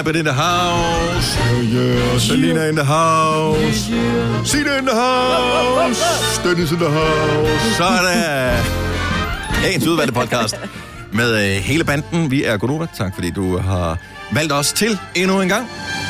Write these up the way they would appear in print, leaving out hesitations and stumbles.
Majbert in the house. Yeah. Selina in the house. Sina in the house. Dennis in the house. Så er det dagens udvalgte podcast med hele banden. Vi er Gonova. Tak fordi du har valgt os til endnu en gang.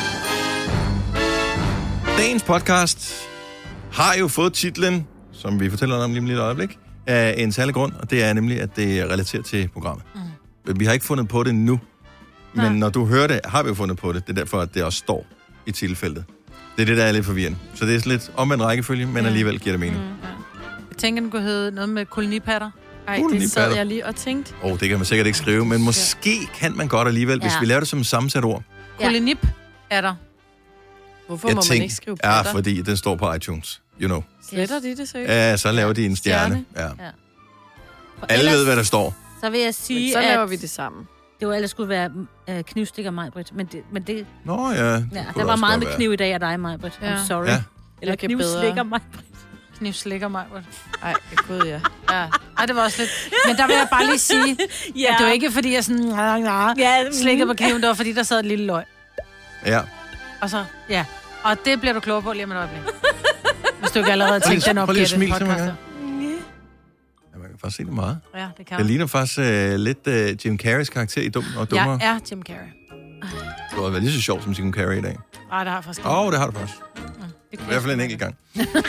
Dagens podcast har jo fået titlen, som vi fortæller om lige om et øjeblik, af en særlig grund, og det er nemlig, at det er relateret til programmet. Vi har ikke fundet på det nu, men når du hører det, har vi jo fundet på det. Det er derfor, at det også står i titelfeltet. Det er det, der er lidt forvirrende. Så det er lidt omvendt rækkefølge, men alligevel giver det mening. Jeg tænker, den kunne hedde noget med kolonipatter. Ej, det sad jeg lige og tænkte. Det kan man sikkert ikke skrive, men måske kan man godt alligevel, hvis vi laver det som et sammensat ord. Kolonip er der. Hvorfor må man ikke skrive patter? Ja, fordi den står på iTunes. You know. Sletter de det seriøst? Ja, så laver de en stjerne. Ja. Alle ved, hvad der står. Så vil jeg sige, så laver vi det sammen. Det var ellers skulle være knivstikker Majbrit, men det... Nå ja. Der var meget med kniv i dag af dig, Majbrit. Ja. I'm sorry. Ja. Eller knivslikker Majbrit. Knivslikker Majbrit. Ej, gud ja. Ej, det var også lidt... Men der vil jeg bare lige sige, at det var ikke fordi, jeg sådan slikkede på kniven, det var fordi, der sad et lille løg. Ja. Og så, og det bliver du klogere på lige om et øjeblik. Hvis du ikke allerede tænkte den opgave, den podcast. Ja, man kan faktisk se det meget. Ja, det kan Det ligner faktisk lidt Jim Carreys karakter i Dum og Dummere. Jeg er Jim Carrey. Det har været lige så sjovt som Jim Carrey i dag. Nej, det har jeg faktisk ikke. Det har du faktisk. I hvert fald en enkelt gang.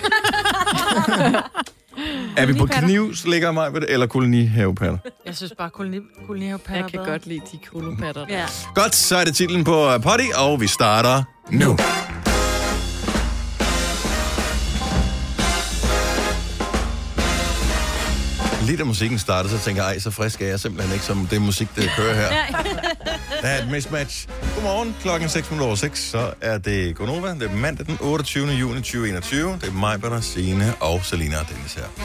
Er vi på knivslikker Majbert eller kolonihavepatter? Jeg synes bare, kolonihavepatter jeg kan godt lide de kolopatter. Ja. Godt, så er det titlen på Potty, og vi starter nu. Lige da musikken startede, så tænker jeg, så frisk er jeg simpelthen ikke, som det musik, der kører her. Der er et mismatch. Godmorgen, 6:06, så er det Gonova. Det er mandag den 28. juni 2021. Det er mig, Peter, Signe og Selina og Dennis her.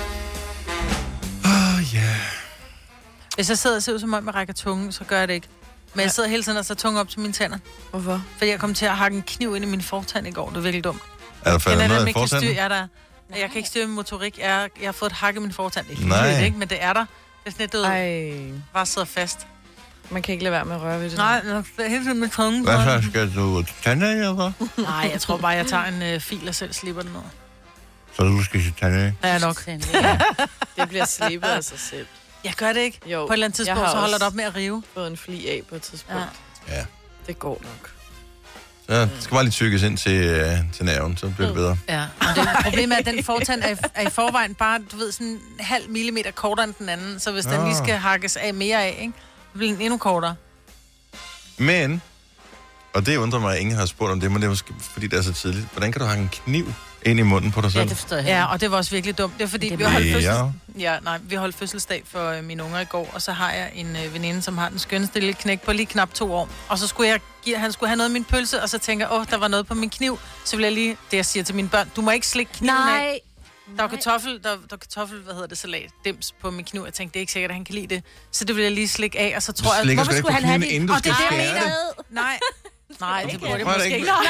Hvis jeg sidder og ser ud som om, jeg rækker tungen, så gør jeg det ikke. Men jeg sidder hele tiden og så tunge op til mine tænder. Hvorfor? Fordi jeg kom til at hakke en kniv ind i min fortand i går. Det er virkelig dumt. Er der faldet noget i fortanden? Jeg kan ikke styre min motorik. Jeg har fået et hak i min fortand. Ikke, men det er der. Det er sådan lidt bare sidder fast. Man kan ikke lade være med at røre ved det. Nej, det er helt med tungen. Hvad så? Skal du tandlæge eller hvad? Nej, jeg tror bare, jeg tager en fil og selv slipper den ud. Så du skal sige tandlæge? Ja, nok. Det bliver slebet af sig selv. Jeg gør det ikke. Jo, på et eller andet tidspunkt, så holder det op med at rive. Fået en fli af på et tidspunkt. Ja. Det går nok. Så det skal bare lige tykkes ind til nerven, så bliver det bedre. Ja, men problemet er, at den fortand er i forvejen bare, du ved, sådan en halv millimeter kortere end den anden. Så hvis den lige skal hakkes af mere af, ikke, så bliver den endnu kortere. Men, og det undrer mig, at ingen har spurgt om det, men det er måske, fordi det er så tidligt. Hvordan kan du have en kniv ind i munden på dig selv? Ja, det forstår jeg. Ja, og det var også virkelig dumt. Det er fordi, vi holdt fødselsdag for mine unger i går, og så har jeg en veninde, som har den skønneste lille knæk på lige knap 2 år. Og så skulle han skulle have noget af min pølse, og så tænker jeg, der var noget på min kniv. Så vil jeg lige, det jeg siger til mine børn, du må ikke slikke kniven af. Der var kartoffel, salat, dims på min kniv. Jeg tænkte, det er ikke sikkert, at han kan lide det. Så det vil jeg lige slikke af, og så tror jeg... Hvorfor skulle han have det? Inden du skal skære det? Nej, det burde jeg Prøv måske ikke. ikke.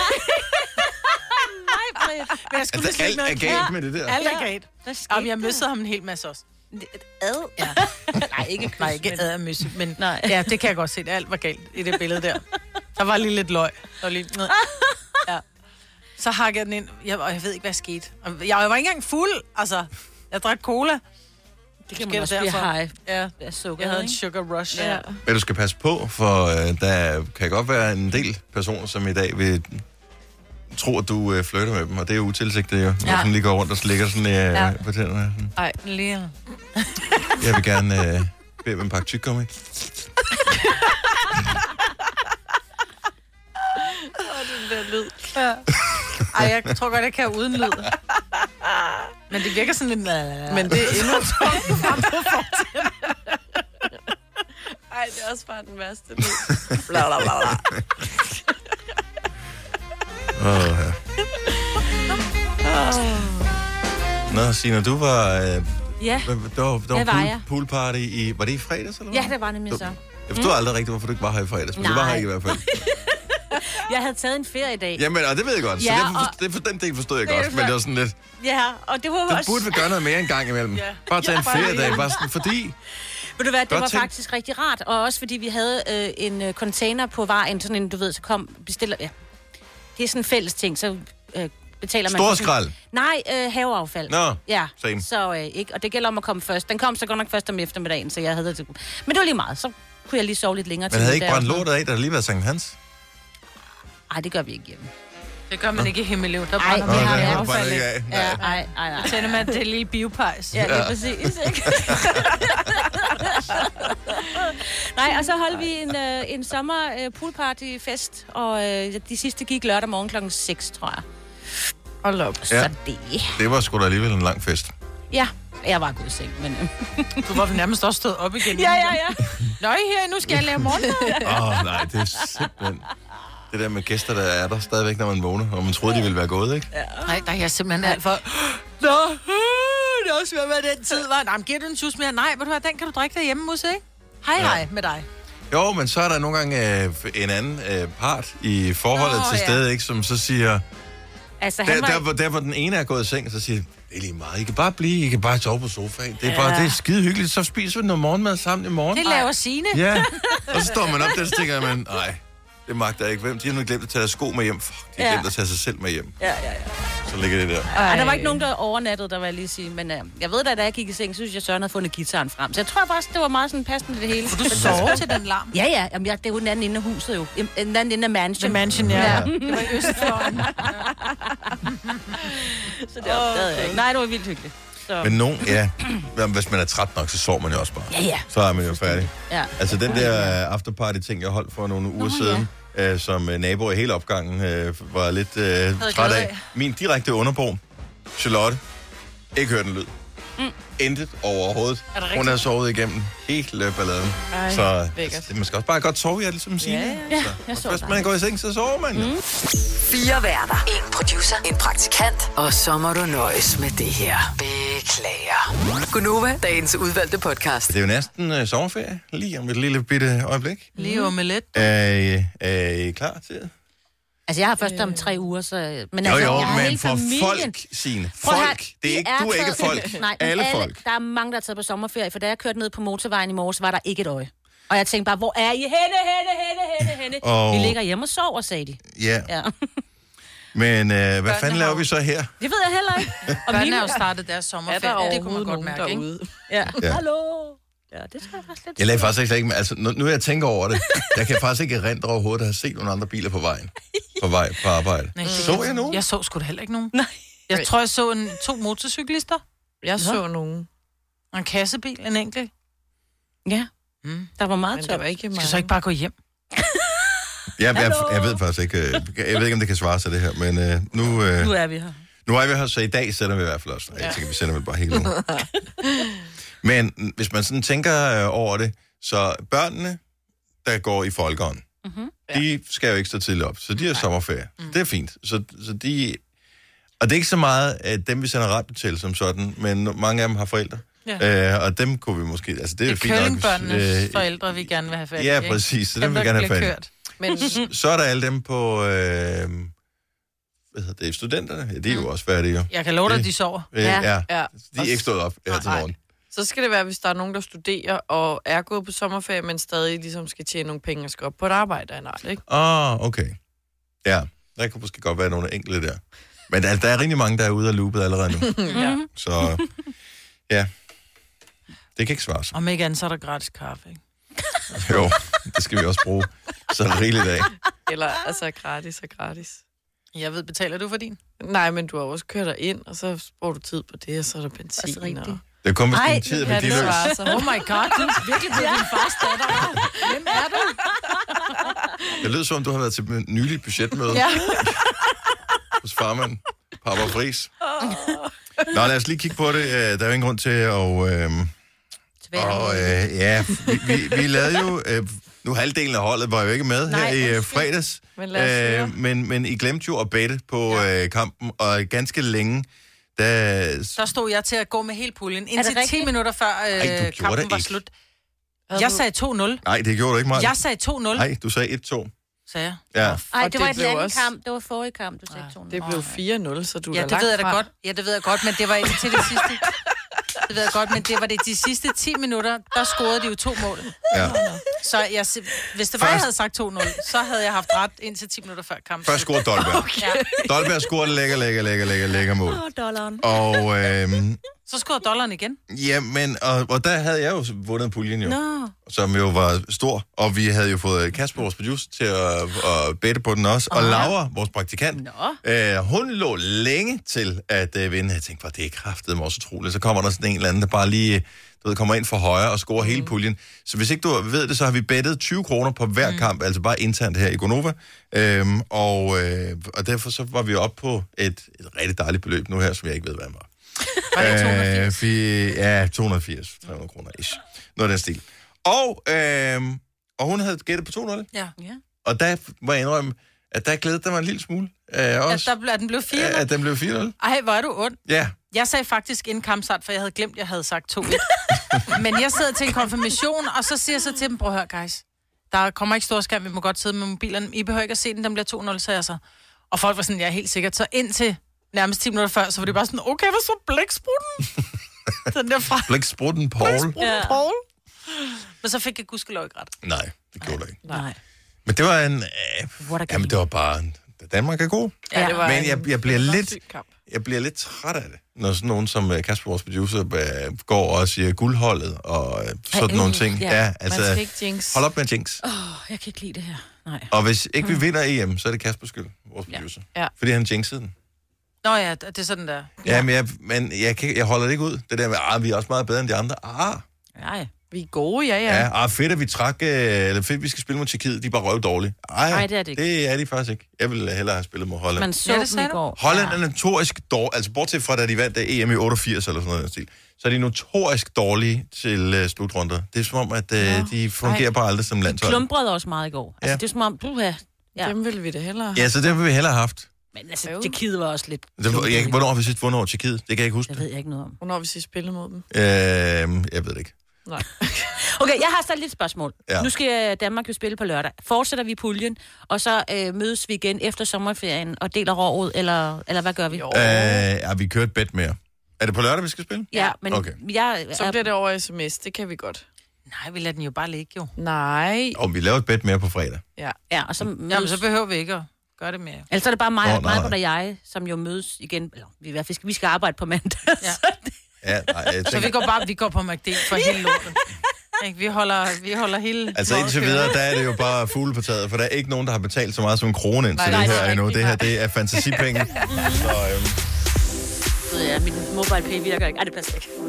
Men jeg skulle Altså, alt er galt med det der. Alt er galt. Og jeg møssede ham en hel masse også. Ja. Nej, ikke ad og møsse, men ja, det kan jeg godt se. Alt var galt i det billede der. Der var lige lidt løg. Ja. Så hakkede jeg den ind, og jeg ved ikke, hvad skete. Jeg var ikke engang fuld, altså. Jeg drak cola. Det kan man også blive high. Ja, sukker, jeg havde en sugar rush. Ja. Men du skal passe på, for der kan godt være en del personer, som i dag vil tro, at du flytter med dem, og det er jo utilsigtet jo. Når sådan lige går rundt og slikker sådan på tænderne. Nej, lige. Jeg vil gerne bede med en pakke tyggegummi. Den der lyd. Ja. Ej, jeg tror godt, jeg kan uden lyd. Men det virker sådan lidt... Men det er endnu Ej, det er også bare den værste lyd. Bla, bla, bla, bla. Nå, Signe, du var... Ja, der var poolparty i... Var det i fredags, eller hvad? Ja, det var nemlig så. Jeg forstod aldrig rigtigt, hvorfor du ikke var her i fredags, men du var her ikke i hvert fald. Jeg havde taget en ferie i dag. Jamen, og det ved jeg godt, så den del forstod jeg godt, men det var sådan lidt... Ja, og det var også... Du burde vel gøre noget mere en gang imellem. Bare tage en feriedag, bare sådan, fordi... Ved du hvad, det Godt var tænkt. faktisk rigtig rart. Og også fordi vi havde en container på vejen, sådan en, du ved, så bestiller... Ja. Det er sådan en fælles ting, så betaler man... Storskrald? Nej, haveaffald. Nå, ja. same. Så ikke, og det gælder om at komme først. Den kom så godt nok først om eftermiddagen, så jeg havde det. Men det var lige meget, så kunne jeg lige sove lidt længere. Men havde ikke brændt lortet af, der havde lige været Sankt Hans? Nej, det gør vi ikke hjemme. Det gør man ikke i Himmeløv. Der Ej, brænder vi har man det affald ikke af. af. Ja, nej. Så tænder man det lille biopejs. Ja, det er præcis, ikke? Nej, og så holdt vi en sommer poolpartyfest, og de sidste gik lørdag morgen klokken 6, tror jeg. Hold op. Så det... Det var sgu da alligevel en lang fest. Ja, jeg var gået i seng, men... Du var nærmest også stået op igen. Ja. Nøj, her, nu skal jeg lave morgenmad. Nej, det er simpelthen... Det der med gæster, der er der stadigvæk, når man vågner, og man troede, de ville være gået, ikke? Nej, der er jeg simpelthen alt for... Nå, det er også ved at være den tid, var. Nej, men giver du en tus mere? Nej, ved du hvad, den kan du drikke derhjemme, Musse, ikke? Hej med dig. Jo, men så er der nogle gange en anden part i forholdet til stede, ikke, som så siger... Altså, Der hvor den ene er gået i seng, så siger det er lige meget. I kan bare blive, I kan bare sove på sofaen. Det er bare, det er skide hyggeligt. Så spiser vi noget morgenmad sammen i morgen. Det laver Signe. Ja, og så står man op der, så tænker man, nej, det magter jeg ikke. Hvem? De har nu glemt at tage deres sko med hjem. Fuck, de har glemt at tage sig selv med hjem. Ja. Så ligger det der. Ej, der var ikke nogen, der overnattede, der vil jeg lige sige. Men jeg ved da jeg gik i seng, synes jeg, Søren havde fundet gitaren frem. Så jeg tror faktisk, det var meget sådan passende det hele. Du sover til den larm? Ja. Jamen, det er jo den anden ende af huset jo. Den anden ende af mansion. The mansion, ja. Det var i Østfløjen. Så det opdagede jeg ikke. Nej, det var vildt hyggeligt. Så. Men hvis man er træt nok, så sover man jo også bare. Ja. Så er man jo færdig. Ja. Altså den der afterparty-ting, jeg holdt for nogle uger siden, som naboer i hele opgangen var lidt træt af. Min direkte underbo, Charlotte, ikke hørt en lyd. Intet overhovedet. Hun har sovet igennem hele balladen. Så man skal også bare godt sove, jeg ligesom siger. Ja, jeg sover. Hvis man går i seng, så sover man. 4 værter, 1 producer, en praktikant, og så må du nøjes med det her. Beklager. Gunova, dagens udvalgte podcast. Det er jo næsten sommerferie, lige om et lille bitte øjeblik. Lige omelet. Er I klar til det? Altså, jeg har først om 3 uger, så... Men Jo, altså, jeg har men hele for familien. folk, Signe. Folk. Det er ikke, du er ikke folk. Nej, alle folk. Der er mange, der er taget på sommerferie, for da jeg kørte ned på motorvejen i morges, var der ikke et øje. Og jeg tænkte bare, hvor er I henne? Og... Vi ligger hjemme og sover, sagde de. Ja. Ja. Men hvad fanden laver vi så her? Det ved jeg heller ikke. Og Børnene har jo startet deres sommerferie. Det kunne man godt mærke, ikke? Ja. Ja. Hallo. Ja, det tror jeg faktisk lidt. Jeg lagde faktisk ikke med, altså nu jeg tænker over det, jeg kan faktisk ikke erindre overhovedet at have set nogle andre biler på vejen. På vej på arbejde. Nej, så jeg nogen? Jeg så sgu da heller ikke nogen. Nej. Jeg tror, jeg så 2 motorcyklister. Jeg så nogen. Og en kassebil, en enkelt. Ja. Der var meget Men tørt. der var ikke Skal så ikke bare gå hjem? Jeg ved faktisk ikke, jeg ved ikke, om det kan svare sig det her, men nu Nu er vi her. nu er vi her, så i dag sender vi i hvert fald også. Jeg tænker, vi sender vel bare hele nu. Men hvis man sådan tænker over det, så børnene, der går i folkeånd, de skal jo ikke stå tidligt op, så de har sommerferie. Det er fint. Så de... Og det er ikke så meget, at dem, vi sender radio til som sådan, men mange af dem har forældre. Ja. Og dem kunne vi måske... Altså, det er fint nok. Curlingbørnenes forældre, vi gerne vil have fat i. Ja, præcis. Så dem vil vi gerne have fat i. Men Så er der alle dem på... hvad hedder det? Studenterne? Ja, de er jo også færdige, jo. Jeg kan love dig, de sover. Ja. ja. De er ikke stået op her til morgen. Så skal det være, hvis der er nogen, der studerer og er gået på sommerferie, men stadig ligesom skal tjene nogle penge og skal op på et arbejde af en art, ikke? Okay. Ja, der kunne måske godt være nogle enkelte der. Men der er rigtig mange, der er ude af loopet allerede nu. Ja. Så ja, det kan ikke svare sig. Om ikke andet, så er der gratis kaffe, ikke? Jo, det skal vi også bruge så rigeligt af. Eller altså gratis og gratis. Jeg ved, betaler du for din? Nej, men du har også kørt dig ind, og så bruger du tid på det, og så er der benzin. Altså rigtigt. Og... Det er kun hvis din tid er værdiløs. Oh my god, du er virkelig blevet din fars datter. Hvem er du? Det lyder som, om du har været til et nyligt budgetmøde. Ja. Hos farmand, Papa Friis. Nå, lad os lige kigge på det. Der er jo ingen grund til at... vi lavede jo... Nu halvdelen af holdet var jo ikke med her i fredags. Men I glemte jo at bette på kampen, og ganske længe... Der stod jeg til at gå med hele puljen, indtil 10 minutter før kampen var slut. Jeg sagde 2-0. Nej, det gjorde du ikke, Maja. Jeg sagde 2-0. Nej, du sagde 1-2. Sagde jeg? Ja. Ej, det var et andet også... kamp. Det var forrige kamp, du sagde 2-0. Det blev 4-0, så du er det ved jeg da godt. Ja, det ved jeg godt, men det var indtil det sidste. Det ved jeg godt, men det var det de sidste 10 minutter, der scorede de jo 2 mål. Ja. Så hvis det var, jeg havde sagt 2-0, så havde jeg haft ret indtil 10 minutter før kampen. Først scorede Dolberg. Okay. Dolberg scorede lækker mål. Dollaren. Og så scorede dollaren igen. ja, men og der havde jeg jo vundet puljen jo, som jo var stor, og vi havde jo fået Kasper, vores producer, til at bette på den også, og Laura, vores praktikant, hun lå længe til at vinde. Jeg tænkte bare, det er kraftedeme også utroligt. Så kommer der sådan en eller anden, der bare lige kommer ind for højre og scorer hele puljen. Så hvis ikke du ved det, så har vi bettet 20 kroner på hver kamp, altså bare internt her i Gonova. Og derfor så var vi oppe på et rigtig dejligt beløb nu her, som jeg ikke ved, hvad var. Var det 280? Ja, 280-300 kroner ish. Noget af den stil. Og hun havde gættet på 2-0. Ja. Og der må jeg indrømme, at der glædede der mig en lille smule. Også, at den blev 4-0? At den blev 4-0. Ej, hvor er du ond. Ja. Jeg sagde faktisk inden kampstart, for jeg havde glemt, at jeg havde sagt 2-1. Men jeg sidder til en konfirmation, og så siger jeg så til dem, prøv at høre, guys. Der kommer ikke stor skærm, vi må godt sidde med mobilerne. I behøver ikke at se den bliver 2-0, sagde jeg så. Og folk var sådan, jeg er helt sikkert. Så indtil nærmest 10 minutter før, så var det bare sådan, okay, hvad så blæksprutten? Den der fra... Blæksprutten Paul. Paul. Men så fik jeg gudskelov ikke ret. Nej, det gjorde det ikke. Nej. Men det var en... jamen, det var bare... Danmark er god. Ja, det var men jeg bliver lidt træt af det, når sådan nogen som Kasper, vores producer, går og siger guldholdet og sådan nogle ting. Ja, altså, man skal ikke jinx. Hold op med jinx. Jeg kan ikke lide det her. Nej. Og hvis ikke vi vinder EM, så er det Kaspers skyld, vores producer. Ja. Fordi han jinxede den. Nå ja, det er sådan der. Ja, men jeg holder det ikke ud. Det der med, vi er også meget bedre end de andre. Nej. Vi er gode, ja. Fedt, at vi eller fedt, vi skal spille mod Tjekkiet. De er bare røv dårlige. Nej, det er det ikke. Det er de faktisk ikke. Jeg ville hellere have spillet mod Holland. Man så dem i går. Holland er notorisk dårlig, altså bortset fra, da de vandt EM i 88 eller sådan noget stil, så er de notorisk dårlige til slutrunder. Det er som om, at de fungerer bare aldrig som landshold. De klumprede også meget i går. Altså, det er som om, Dem ville vi det hellere have. Ja, så det ville vi hellere have haft. Men altså, Tjekkiet var også lidt... Hvornår har vi sidst vundet over Tjekkiet? Det kan jeg ikke huske. Det ved jeg ikke noget om. Hvornår har vi sidst spillet mod dem? Jeg ved det ikke. Nej. Okay, jeg har stadig lidt spørgsmål. Ja. Nu skal Danmark jo spille på lørdag. Fortsætter vi puljen, og så mødes vi igen efter sommerferien og deler rådet, eller hvad gør vi? Vi kører et bet mere. Er det på lørdag, vi skal spille? Ja, men okay. Så bliver det over sms, det kan vi godt. Nej, vi lader den jo bare ligge, jo. Nej. Og vi laver et bet mere på fredag. Ja, og så jamen, så behøver vi ikke at gøre det mere. Altså er det bare mig og jeg, som jo mødes igen. Eller, vi skal arbejde på mandag. Ja. Så vi går på McD for hele lorten. Vi holder hele... Altså indtil videre, der er det jo bare fugle på taget, for der er ikke nogen, der har betalt så meget som en krone ind til det her endnu. Det her, det er fantasipenge. Ja, min mobile pay virker ikke. Ej, det passer ikke.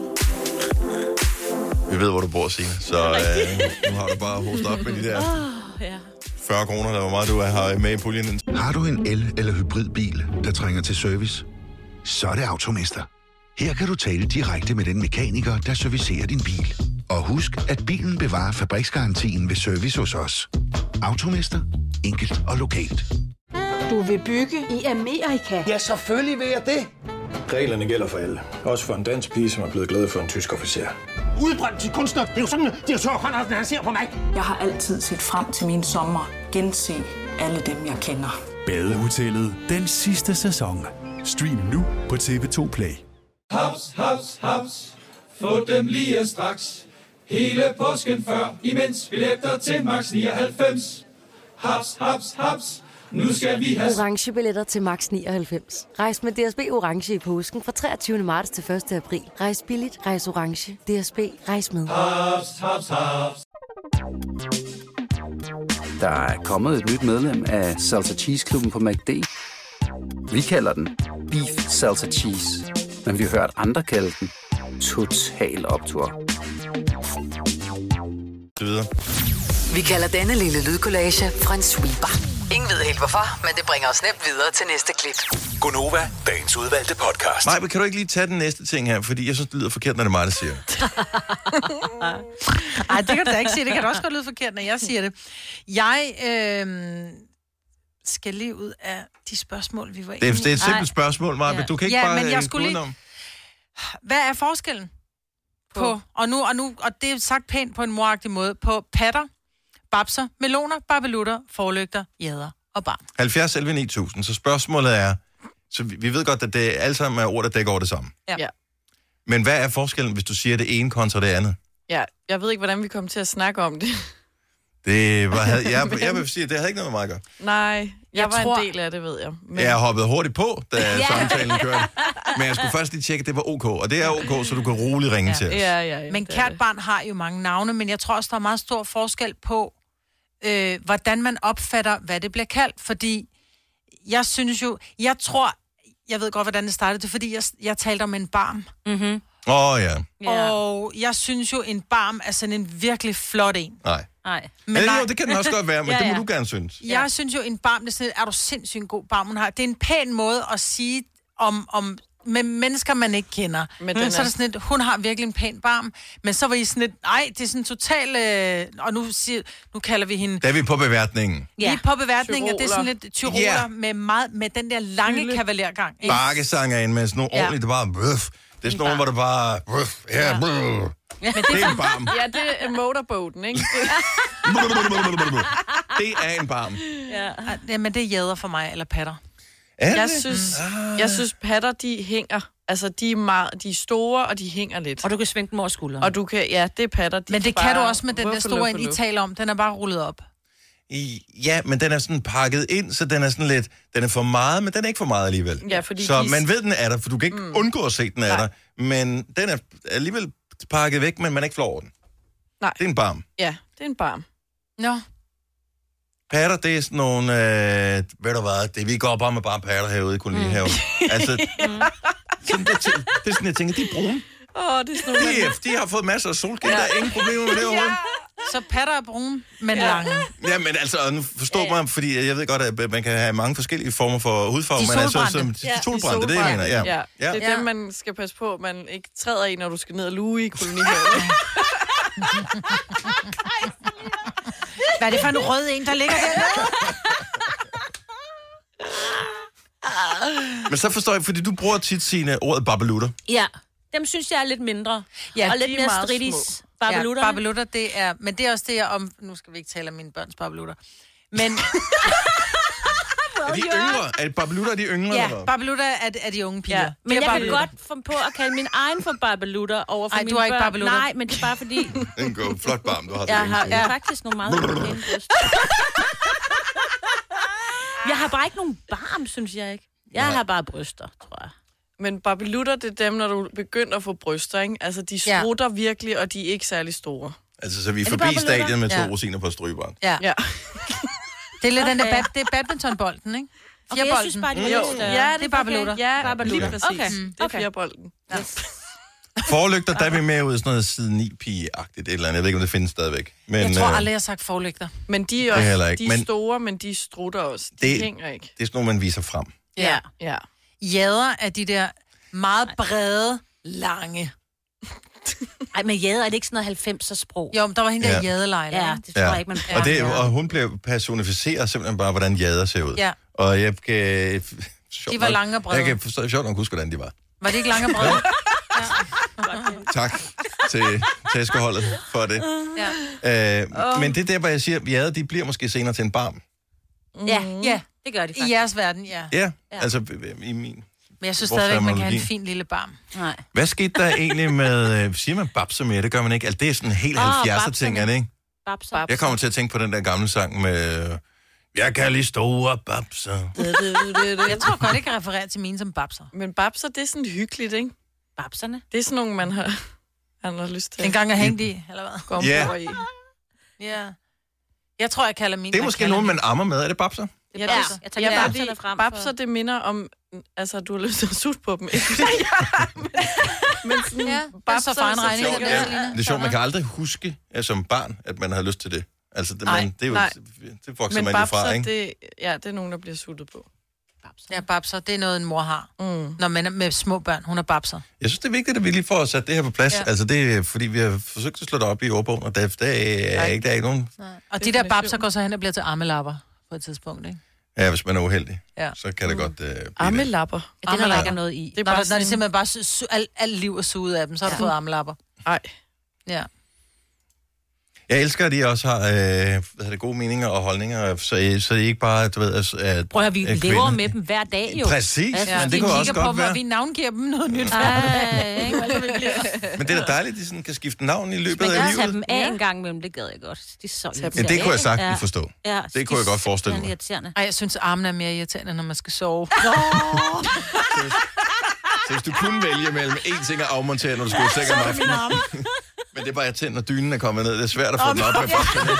Vi ved, hvor du bor, Signe, så nu har du bare hostet op med de der 40 kroner, der var meget, du har med i puljen. Har du en el- eller hybridbil, der trænger til service? Så er det Automester. Her kan du tale direkte med den mekaniker, der servicerer din bil. Og husk, at bilen bevarer fabriksgarantien ved service hos os. Automester. Enkelt og lokalt. Du vil bygge i Amerika? Ja, selvfølgelig vil jeg det. Reglerne gælder for alle. Også for en dansk pige, som er blevet glad for en tysk officer. Udbrændt til kunstner. Det er jo sådan, at direktør Conradsen, han ser på mig. Jeg har altid set frem til min sommer. Gense alle dem, jeg kender. Badehotellet den sidste sæson. Stream nu på TV2 Play. Haps, haps, haps. Få dem lige straks. Hele påsken før, imens billetter til max 99. Haps, haps, haps. Nu skal vi have orange billetter til max 99. Rejs med DSB orange i påsken fra 23. marts til 1. april. Rejs billigt, rejs orange. DSB, rejs med. haps, haps, haps. Der er kommet et nyt medlem af Salsa Cheese Klubben på McD. Vi kalder den Beef Salsa Cheese, men vi har hørt andre kalde den Total Optur. Vi kalder denne lille lydkollage en sweeper. Ingen ved helt hvorfor, men det bringer os nemt videre til næste klip. Gonova, dagens udvalgte podcast. Nej, men kan du ikke lige tage den næste ting her? Fordi jeg synes, det lyder forkert, når det er mig, der siger det. Ej, det kan du da ikke sige. Det kan da også godt lyde forkert, når jeg siger det. Jeg skal lige ud af de spørgsmål, vi var inde i. Det er et simpelt spørgsmål, Maja, men du kan ikke bare men jeg skulle lige... udenom. Hvad er forskellen på og det er sagt pænt på en moragtig måde, på patter, babser, meloner, barbelutter, forlygter, jæder og barn? 70 11 9000, så spørgsmålet er, så vi ved godt, at det alle sammen er ord, der dækker over det samme. Ja. Men hvad er forskellen, hvis du siger det ene kontra det andet? Ja, jeg ved ikke, hvordan vi kom til at snakke om det. Det var, jeg vil sige, det havde ikke noget med mig at gøre. Nej, jeg var en del af det, ved jeg. Men... Jeg hoppede hurtigt på, da samtalen kørte. Men jeg skulle først lige tjekke, at det var OK. Og det er OK, så du kan roligt ringe til os. Ja, men kært barn har jo mange navne, men jeg tror også, der er meget stor forskel på, hvordan man opfatter, hvad det bliver kaldt. Fordi jeg synes jo, jeg ved godt, hvordan det startede. Det er, fordi jeg talte om en barm. Mm-hmm. Ja. Og jeg synes jo, en barm er sådan en virkelig flot en. Nej. Men jo, det kan den også godt være, men det må du gerne synes. Jeg synes jo, en barm, det er sådan, er du sindssygt en god barm, hun har. Det er en pæn måde at sige om med mennesker, man ikke kender. Så er det sådan et, hun har virkelig en pæn barm. Men så var I sådan et, nej, det er sådan total... og nu kalder vi hende... Der er vi på beværtningen. Vi er på beværtningen, og det er sådan lidt tyroler med den der lange kavalergang. Bakkesangerinde med sådan nogle ordentligt, det bare... Det er sådan nogle, hvor det bare... Men det er en barm. Ja, det er motorboaten, ikke? Det er en barm. Ja, men det er jæder for mig, eller patter. Jeg synes patter, de hænger. Altså, de er store, og de hænger lidt. Og du kan svinge dem over skulderen. Og du kan, det er patter. Men det kan du også med den der store en, I taler om. Den er bare rullet op. Ja, men den er sådan pakket ind, så den er sådan lidt... Den er for meget, men den er ikke for meget alligevel. Ja, fordi så man ved, den er der, for du kan ikke undgå at se, den er der. Men den er alligevel pakket væk, men man er ikke flår over den. Nej. Det er en barm. Ja, det er en barm. Nå. Patter, det er sådan nogle... ved du hvad, vi går bare med bare patter herude i kolonihaven. Altså, sådan, det er sådan, jeg tænker, de er brune. Det er sådan de har fået masser af solskin, der er ingen problemer med det overhovedet. Så patter er brune, men lange. Ja, men altså, nu forstår mig, fordi jeg ved godt, at man kan have mange forskellige former for hudfarve. De solbrændte. De solbrændte, det er det, jeg mener. Ja. Det er dem, man skal passe på, at man ikke træder i, når du skal ned og luge i kolonihaven. Hvad er det for en rød en, der ligger dernede? Men så forstår jeg, fordi du bruger tit sine ordet babelutter. Ja, dem synes jeg er lidt mindre. Ja, og lidt mere stridis. Babelutter. Ja, babelutter, det er... Men det er også det, jeg om... Nu skal vi ikke tale om mine børns babelutter. Men... Er de yngre? Er babelutter de yngre? Ja, babelutter er de unge piger. Ja. Men jeg kan godt finde på at kalde min egen for babelutter over for mine børn. du har ikke babelutter. Nej, men det er bare fordi... En god, flot barm, du har. Jeg har faktisk nogle meget pæne bryst. Jeg har bare ikke nogen barm, synes jeg ikke. Jeg har bare bryster, tror jeg. Men babelutter, det er dem, når du begynder at få bryster, ikke? Altså, de sprutter virkelig, og de er ikke særlig store. Altså, så vi er forbi stadiet med 2 rosiner på strygebånd. Ja. Det er lidt den der det er badmintonbolden, ikke? Okay, jeg synes bare, det er lidt større. Ja, det er babelutter. Ja, babelutter, præcis. Okay. Det er fjerbolden. Ja. Forlygter, der er vi med ud i sådan noget side 9-pige-agtigt et eller andet. Jeg ved ikke, om det findes stadigvæk. Men, jeg tror aldrig, jeg har sagt forlygter. Men de er også de er store, men de strutter også. De hænger ikke. Det er sådan noget, man viser frem. Ja. Jæder er de der meget brede, lange. Ej, men jæder, er det ikke sådan noget 90'er sprog? Jo, men der var hende der jædelejle. Ja, det tror jeg ikke, man bruger. Og hun blev personificeret simpelthen bare, hvordan jæder ser ud. Ja. Og jeg kan... De var lange og brede. Jeg kan forstå, sjovt nok huske, hvordan de var. Var det ikke lange og brede? Tak til tæskeholdet for det. Men det er der, hvor jeg siger, jæder, de bliver måske senere til en barm. Ja, det gør de faktisk. I jeres verden, Ja, altså i min... Men jeg synes stadigvæk, man kan have en fin lille barm. Nej. Hvad skete der egentlig med... siger man babser mere? Det gør man ikke. Altså, det er sådan en helt 70'er-ting, er det ikke? Babser. Jeg kommer til at tænke på den der gamle sang med... Jeg kan lige store babser. Jeg tror godt, jeg kan referere til mine som babser. Men babser, det er sådan hyggeligt, ikke? Babserne? Det er sådan nogle, man har lyst til. En gang at hænge i, eller hvad? Gå ombord i. Ja. Jeg tror, jeg kalder mine... Det er måske nogen, man ammer med. Er det babser? Ja, jeg tager babser frem. Babser, det minder om... Altså, du har lyst til at sutte på dem. Men sådan, babser for en regning. Det er sjovt, man kan aldrig huske som barn, at man har lyst til det. Altså, det er jo, det vokser man jo fra, ikke? Det er nogen, der bliver suttet på. Babser. Ja, babser, det er noget, en mor har. Når man er med små børn, hun er babser. Jeg synes, det er vigtigt, at vi lige får sat det her på plads. Ja. Altså, det er, fordi vi har forsøgt at slå det op i ordbogen, og der er ikke nogen... Nej. Og de der babser går så hen og bliver til armelapper på et tidspunkt, ikke? Ja, hvis man er uheldig, så kan det godt blive armelapper. Ja, det er der ikke noget i. Det er bare når det simpelthen bare alt liv er suget af dem, så har du fået armelapper. Nej. Ja. Jeg elsker, at I også har gode meninger og holdninger, så I ikke bare, du ved, at prøv at vi lever med dem hver dag, jo. Præcis, men det kunne også godt være. Vi navngiver dem noget nyt. Men det er da dejligt, at de sådan kan skifte navn i løbet af livet. Man kan tage dem af en gang imellem, det gad jeg godt. De så det kunne jeg sagtens forstå. Ja, det kunne jeg godt forestille mig. Ej, jeg synes, armen er mere irriterende, når man skal sove. Så hvis du kunne vælge mellem én ting at afmontere, når du skulle i seng om aftenen. Men det er bare irriterende, når dynen er kommet ned. Det er svært at få den op med brysterne.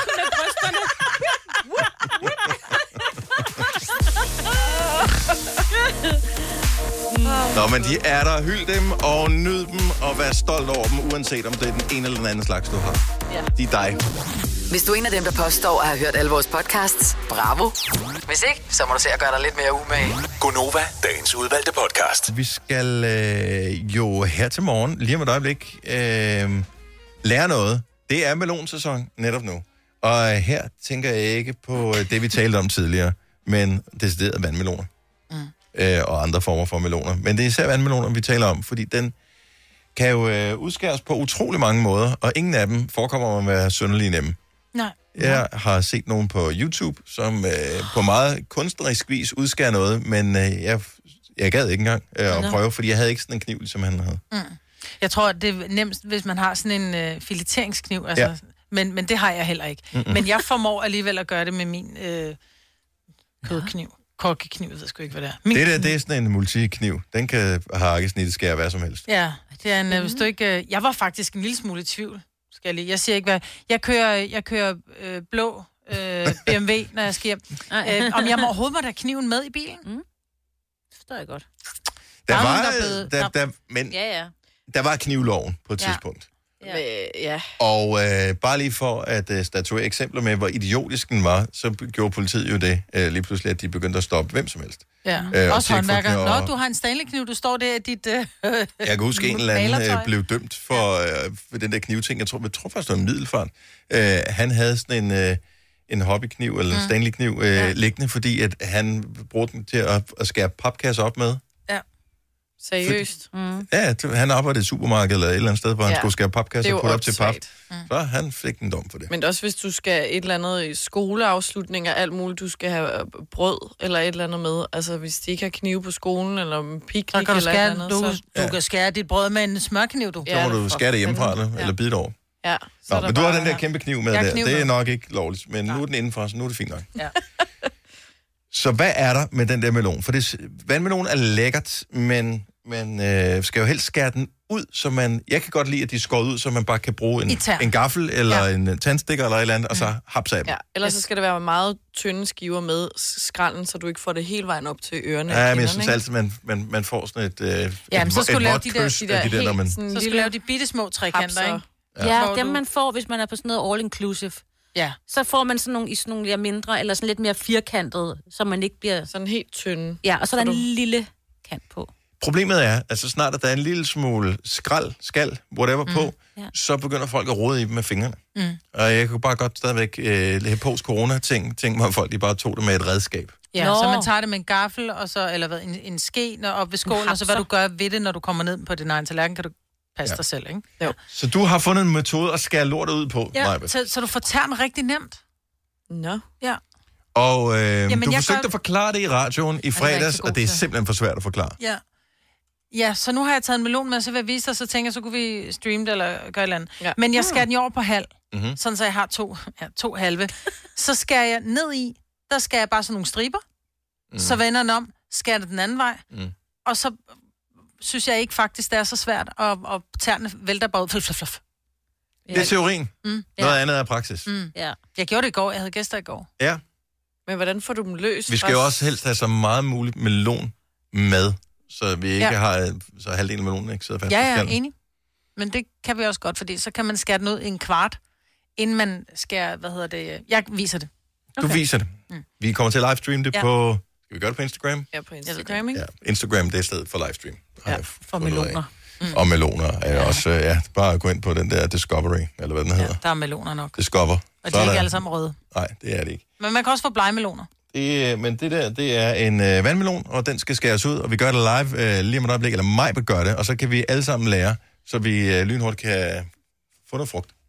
Nå, men de er der. Hyld dem og nyd dem og vær stolt over dem, uanset om det er den ene eller den anden slags, du har. Ja. De er dig. Hvis du er en af dem, der påstår at have hørt alle vores podcasts, bravo. Hvis ikke, så må du se at gøre dig lidt mere umage. Gonova, dagens udvalgte podcast. Vi skal jo her til morgen, lige om et øjeblik, lære noget. Det er melonsæson netop nu. Og her tænker jeg ikke på det, vi talte om tidligere, men decideret vandmeloner. Og andre former for meloner. Men det er især vandmeloner, vi taler om, fordi den kan jo udskæres på utrolig mange måder, og ingen af dem forekommer at være synderligt nemme. Nej. Jeg har set nogen på YouTube, som på meget kunstnerisk vis udskærer noget, men jeg gad ikke engang at prøve, fordi jeg havde ikke sådan en kniv, ligesom han havde. Jeg tror, det er nemmest, hvis man har sådan en fileteringskniv, altså, ja. men det har jeg heller ikke. Men jeg formår alligevel at gøre det med min kødkniv. Kokkekniv, jeg ved sgu ikke, hvad det er. Det er sådan en multikniv. Den kan hakkesnittet skære hvad som helst. Ja, det er en, hvis du ikke... Jeg var faktisk en lille smule i tvivl, skal jeg lige. Jeg siger ikke, hvad... Jeg kører blå BMW, når jeg skal hjem. Om jeg overhovedet må der kniven med i bilen? Det forstår jeg godt. Der var knivloven på et tidspunkt. Ja. Og bare lige for at statuere eksempler med, hvor idiotisk den var, så gjorde politiet jo det lige pludselig, at de begyndte at stoppe hvem som helst. Ja, også håndværker. Nå, du har en Stanley-kniv, du står der i dit... Jeg kan huske, en eller anden blev dømt for den der knivting. Jeg tror faktisk, det var en Middelfart. Han havde sådan en hobbykniv, eller en Stanley-kniv liggende, fordi at han brugte den til at skære papkasser op med. Seriøst? Ja, han arbejdede i supermarkedet eller et eller andet sted, hvor han skulle skære papkasser og putte op til pap. Så han fik en dom for det. Men også hvis du skal et eller andet i skoleafslutning og alt muligt, du skal have brød eller et eller andet med. Altså hvis de ikke har knive på skolen eller piknik eller et eller andet. Du kan skære dit brød med en smørkniv, du. Så må du skære det hjemmefra, eller bide det over. Ja. Nå, men du har den der kæmpe kniv med der. Det er nok ikke lovligt, men nu er den indenfor, så nu er det fint nok. Ja. Så hvad er der med den der melon? For vandmelon er lækkert, men man skal jo helst skære den ud, så man... Jeg kan godt lide, at de skåret ud, så man bare kan bruge en gaffel eller en tandstikker eller et eller andet, og så hapse af dem. Ja, ellers så skal det være meget tynde skiver med skralden, så du ikke får det hele vejen op til ørerne. Ja, men jeg synes altid, man får sådan et så skulle lave de der når man... Så skulle lave de bittesmå trekanter, ikke? Ja, dem man får, hvis man er på sådan noget all-inclusive. Ja. Så får man sådan nogle i sådan nogle mindre, eller sådan lidt mere firkantet, så man ikke bliver... Sådan helt tynde. Ja, og så er der en lille kant på. Problemet er, at så snart at der er en lille smule skal, whatever på, så begynder folk at rode i dem med fingrene. Og jeg kunne bare godt stadigvæk post-corona-ting, tænke mig, at folk de bare tog det med et redskab. Ja, så man tager det med en gaffel, og så, eller hvad, en ske op ved skålen, og så hvad du gør ved det, når du kommer ned på din egen tallerken, kan du passe dig selv, ikke? Jo. Så du har fundet en metode at skære lortet ud på, ja, så du får tern rigtig nemt. Nå. Ja. Og du forsøgte at forklare det i radioen i fredags, og det er simpelthen for svært at forklare. Ja. Ja, så nu har jeg taget en melon med, så vil jeg vise dig, så tænker jeg, så kunne vi streame det eller gøre et eller andet. Ja. Men jeg skærer den over på halv, sådan så jeg har to halve. Så skærer jeg ned i, der skærer jeg bare sådan nogle striber, så vender den om, skærer den anden vej, og så synes jeg ikke faktisk, det er så svært, og tærne vælter bare ud. Fluff. Det er teorien. Noget andet er praksis. Ja. Jeg gjorde det i går, jeg havde gæster i går. Ja. Men hvordan får du dem løst? Vi skal jo også helst have så meget muligt melon med, så vi ikke har så halvdelen af melonen ikke sidder fast. Ja, jeg er enig. Men det kan vi også godt, fordi så kan man skære den ud i en kvart, inden man skærer, jeg viser det. Okay. Du viser det. Vi kommer til at livestreame det på... Skal vi gøre det på Instagram? Ja, på Instagram, ikke? Ja, Instagram, det er stedet for livestream. Ja, for meloner. Og meloner er også, bare gå ind på den der Discovery, eller hvad den hedder. Der er meloner nok. Discover. Og de er ikke alle sammen røde. Nej, det er det ikke. Men man kan også få blegmeloner. Men det er en vandmelon, og den skal skæres ud, og vi gør det live lige om et øjeblik, eller mig gør det, og så kan vi alle sammen lære, så vi lynhurtigt kan få noget frugt. Ja.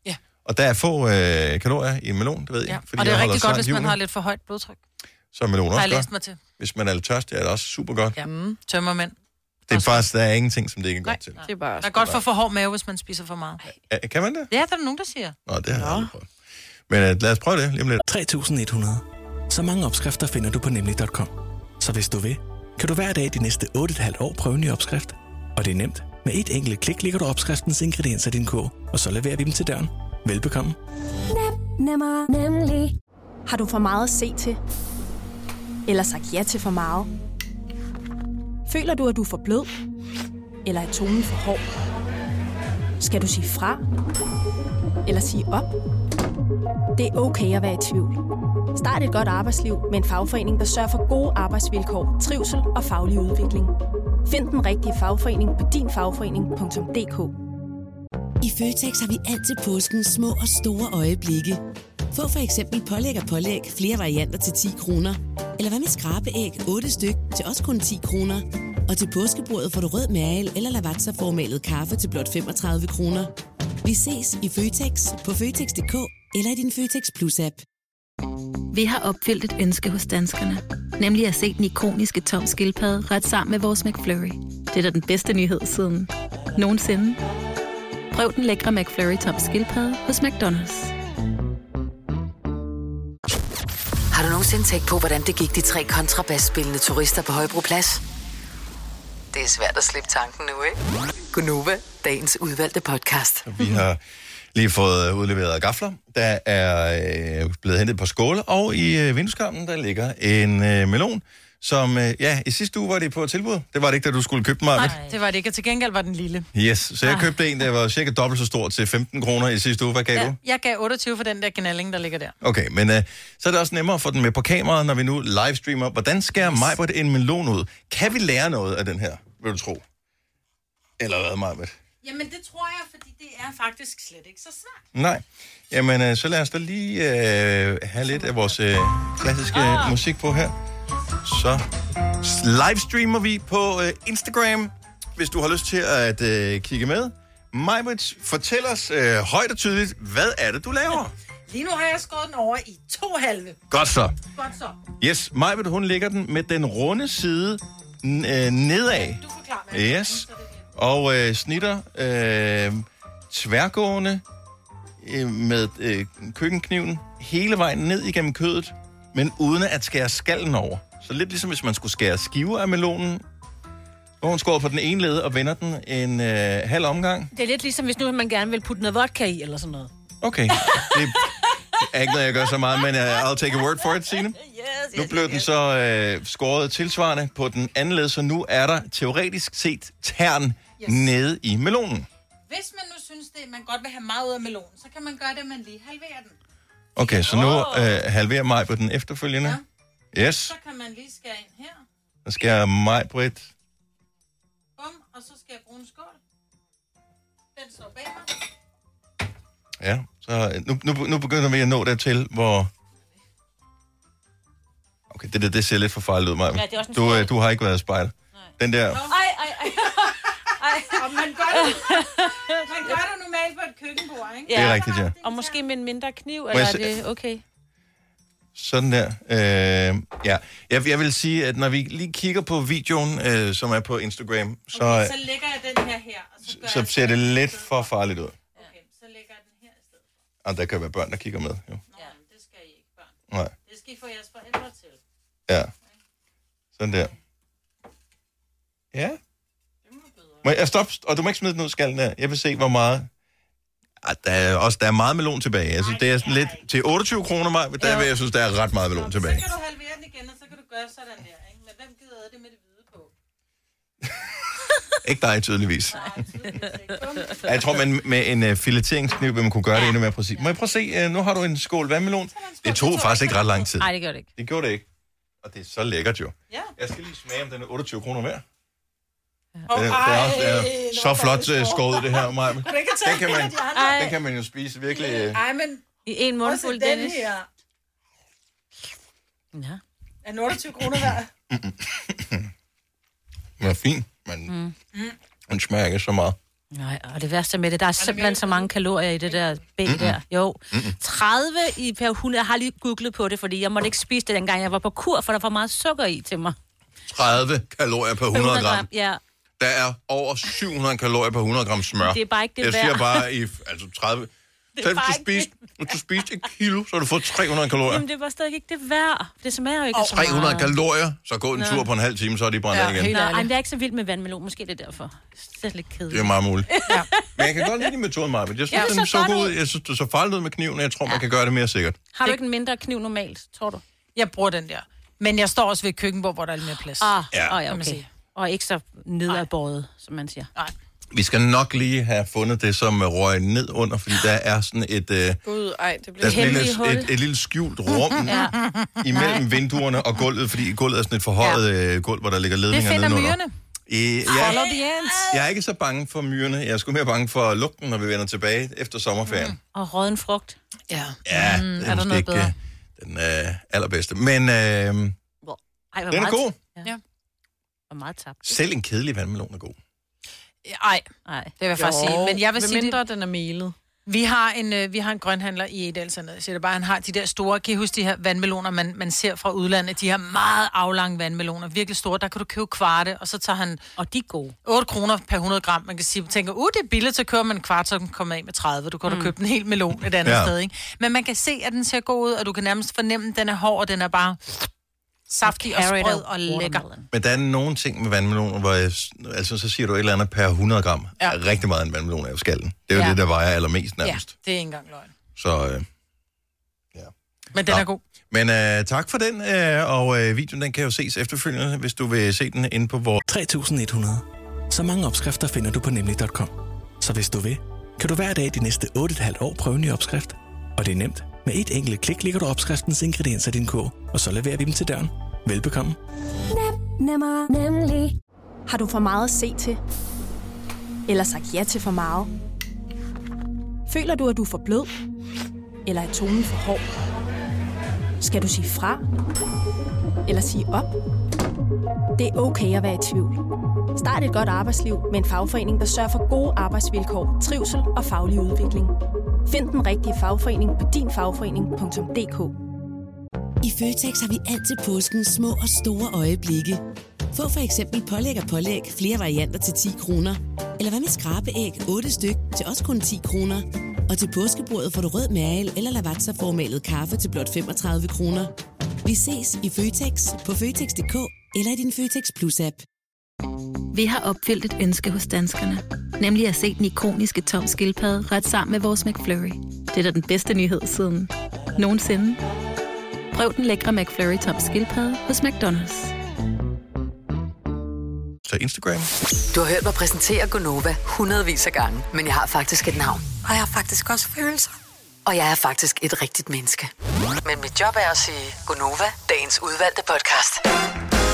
Og der er få kalorier i en melon, det ved jeg. Fordi og det er rigtig godt, hvis man har lidt for højt blodtryk. Så er melon også godt. læst mig til. Hvis man er lidt tørstig, er det også super godt. Ja, tømmermænd. Det er faktisk, der er ingenting, som det ikke er godt til. Det er bare... Der er godt for hård mave, hvis man spiser for meget. Kan man det? Ja, der er nogen, der siger. Nå, det har jeg aldrig prøvet. Men lad os prøve det lige om lidt. 3.100. Så mange opskrifter finder du på nemlig.com. Så hvis du vil, kan du hver dag de næste 8,5 år prøve en ny opskrift. Og det er nemt. Med et enkelt klik ligger du opskriftens ingredienser i din kog, og så leverer vi dem til døren. Velbekomme. Nemmer, nemlig. Har du for meget at se til? Eller sagt ja til for meget? Føler du, at du er for blød? Eller er tonen for hård? Skal du sige fra? Eller sige op? Det er okay at være i tvivl. Start et godt arbejdsliv med en fagforening, der sørger for gode arbejdsvilkår, trivsel og faglig udvikling. Find den rigtige fagforening på dinfagforening.dk. I Føtex har vi altid påskens små og store øjeblikke. Få for eksempel pålæg og pålæg flere varianter til 10 kroner. Eller hvad med skrabeæg 8 styk til også kun 10 kroner. Og til påskebordet får du rød mal eller lavatserformalet kaffe til blot 35 kroner. Vi ses i Føtex på Føtex.dk eller i din Føtex Plus-app. Vi har opfyldt et ønske hos danskerne. Nemlig at se den ikoniske Tom Skildpadde ret sammen med vores McFlurry. Det er da den bedste nyhed siden nogensinde. Prøv den lækre McFlurry Tom Skildpadde hos McDonald's. Har du nogensinde tænkt på, hvordan det gik de 3 kontrabasspillende turister på Højbroplads? Det er svært at slippe tanken nu, ikke? Gunova, dagens udvalgte podcast. Vi har lige fået udleveret gafler. Der er blevet hentet på skåle, og i vindueskarmen, der ligger en melon, som, i sidste uge var det på tilbud. Det var det ikke, da du skulle købe den, Maja. Nej, det var det ikke, og til gengæld var den lille. Yes, så jeg købte en, der var cirka dobbelt så stor til 15 kroner i sidste uge. Hvad gav du? Jeg gav 28 for den der gnalling, der ligger der. Okay, men så er det også nemmere at få den med på kameraet, når vi nu livestreamer. Hvordan skærer Majbert en melon ud? Kan vi lære noget af den her, vil du tro? Eller hvad, Majbert? Jamen, det tror jeg, fordi det er faktisk slet ikke så svært. Nej. Jamen, så lad os da lige have lidt af vores klassiske musik på her. Så livestreamer vi på Instagram, hvis du har lyst til at kigge med. Majbert, fortæl os højt og tydeligt, hvad er det, du laver? Lige nu har jeg skåret den over i 2 halve. Godt så. Godt så. Yes, Majbert, hun lægger den med den runde side nedad. Du forklarer mig. Yes. Og snitter tværgående med køkkenkniven hele vejen ned igennem kødet, men uden at skære skallen over. Så lidt ligesom hvis man skulle skære skiver af melonen, hvor hun skårer på den ene led og vender den en halv omgang. Det er lidt ligesom, hvis nu man gerne vil putte noget vodka i, eller sådan noget. Okay. Det er ikke noget, jeg gør så meget, men I'll take a word for it, Signe. Nu blev den så skåret tilsvarende på den anden led, så nu er der teoretisk set tern nede i melonen. Hvis man nu synes, det man godt vil have meget ud af melonen, så kan man gøre det, at man lige halverer den. Okay, så nu halverer mig på den efterfølgende. Ja. Yes. Så kan man lige skære ind her. Så skal jeg mig, Britt. Bum, og så skal jeg bruge en skål. Den står bag mig. Ja, så nu begynder vi at nå dertil, hvor... Okay, det ser lidt for farligt ud, Maja. Ja, du har ikke været spejl. Den der... Og man gør det normalt på et køkkenbord, ikke? Det er rigtigt, ja. Og måske med en mindre kniv, eller er det okay? Sådan der. Ja, jeg vil sige, at når vi lige kigger på videoen, som er på Instagram, så lægger jeg den her, og så ser det lidt for farligt ud. Okay, så lægger jeg den her i stedet for. Og der kan være børn, der kigger med, jo. Ja, det skal I ikke, børn. Nej. Det skal I få jeres forældre til. Ja. Sådan der. Ja. Må jeg stoppe? Og du må ikke smide den ud, skallen der. Jeg vil se, hvor meget... Der er meget melon tilbage. Altså, det er sådan lidt... Til 28 kroner, Maja, der vil jeg synes, der er ret meget melon tilbage. Så kan du halvere den igen, og så kan du gøre sådan der, ikke? Men hvem gider det med det hvide på? Ikke dig, tydeligvis. Jeg tror, man med en fileteringskniv vil man kunne gøre det endnu mere præcis. Må jeg prøve at se? Nu har du en skål vandmelon. Det tog faktisk ikke ret lang tid. Nej, det gjorde det ikke. Det gjorde det ikke. Og det er så lækkert jo. Ja. Jeg skal lige smage, om den er 28 kroner værd. Det er så flot skåret ud, det her, Maja. Den kan man jo spise virkelig... Ej, men... I en mundfuld, Dennis. Den her. Ja. Er den 28 kroner værd? Den er fin, men den smager ikke så meget. Nej, og det værste med det, der er simpelthen så mange kalorier i det der bag der. Jo, 30 per 100. Jeg har lige googlet på det, fordi jeg måtte ikke spise det, dengang jeg var på kur, for der var meget sukker i til mig. 30 kalorier per 100 gram. Ja. Der er over 700 kalorier per 100 gram smør. Det er bare ikke det jeg værd. siger bare, altså 30... Hvis du spiste 1 kilo, så har du fået 300 kalorier. Jamen, det var stadig ikke det værd. Det smager jo ikke så 300 kalorier, så gå en tur på en halv time, så er de brændt igen. Nej, det er ikke så vildt med vandmelon. Måske det er derfor. Det er lidt kedeligt. Det er meget muligt. Ja. Men jeg kan godt lide din metode, Marvind. Jeg synes, den så god ud. Jeg synes, det så farligt ud med kniven, og jeg tror, man kan gøre det mere sikkert. Har du ikke en mindre kniv normalt, tror du? Jeg bruger den der. Men jeg står også ved et køkkenbord, hvor der er lidt mere plads. Ja, okay. Og ikke så nedadbøjet, som man siger. Nej. Vi skal nok lige have fundet det, som røg ned under, fordi der er sådan et... det bliver et lille skjult rum imellem vinduerne og gulvet, fordi gulvet er sådan et forhøjet gulv, hvor der ligger ledninger nedenunder. Det finder myrerne. Jeg er ikke så bange for myrerne. Jeg er sgu mere bange for lugten, når vi vender tilbage efter sommerferien. Og rådden frugt. Ja. Ja, det er måske ikke den allerbedste. Men den er god. Ja. Og meget tabt. Selv en kedelig vandmelon er god. Nej, det vil jeg faktisk sige. Men jeg vil sige, mindre den er melet. Vi har en grønhandler i Edalsandet. Jeg siger det bare, han har de der store, kan I huske de her vandmeloner, man ser fra udlandet? De her meget aflange vandmeloner, virkelig store. Der kan du købe kvarte, og så tager han... Og de er gode. 8 kroner per 100 gram. Man kan sige, tænker, det er billigt, så kører man en kvart, så kan komme af med 30. Du kan købe en hel melon et andet sted, ikke? Men man kan se, at den ser god ud, og du kan nærmest fornemme, at den er hård, og den er bare... saftig og sprød og lækker. Men der er nogle ting med vandmeloner, hvor så siger du et eller andet per 100 gram. Ja. Rigtig meget en vandmelon af skallen. Det er jo det, der vejer allermest nærmest. Ja, det er ikke engang løgn. Så, Men den er god. Men tak for den, og videoen den kan jo ses efterfølgende, hvis du vil se den inde på vores... 3.100. Så mange opskrifter finder du på nemlig.com. Så hvis du vil, kan du hver dag de næste 8,5 år prøve en ny opskrift. Og det er nemt. Med et enkelt klik ligger du opskriftens ingredienser i din kog, og så leverer vi dem til døren. Velbekomme. Nemmer, nemlig. Har du for meget at se til? Eller sagt ja til for meget? Føler du, at du er for blød? Eller er tonen for hård? Skal du sige fra? Eller sige op? Det er okay at være i tvivl. Start et godt arbejdsliv med en fagforening, der sørger for gode arbejdsvilkår, trivsel og faglig udvikling. Find den rigtige fagforening på dinfagforening.dk. I Føtex har vi altid påskens små og store øjeblikke. Få for eksempel pålæg flere varianter til 10 kroner. Eller hvad med skrabeæg 8 styk til også kun 10 kroner. Og til påskebordet får du rød mal eller lavatserformalet kaffe til blot 35 kroner. Vi ses i Føtex på Føtex.dk eller i din Føtex Plus-app. Vi har opfyldt et ønske hos danskerne. Nemlig at se den ikoniske Tom Skildpadde ret sammen med vores McFlurry. Det er da den bedste nyhed siden nogensinde. Prøv den lækre McFlurry Tom Skildpadde hos McDonald's. Så Instagram. Du har hørt mig præsentere Gonova hundredvis af gange, men jeg har faktisk et navn. Og jeg har faktisk også følelser. Og jeg er faktisk et rigtigt menneske. Men mit job er at sige Gonova, dagens udvalgte podcast.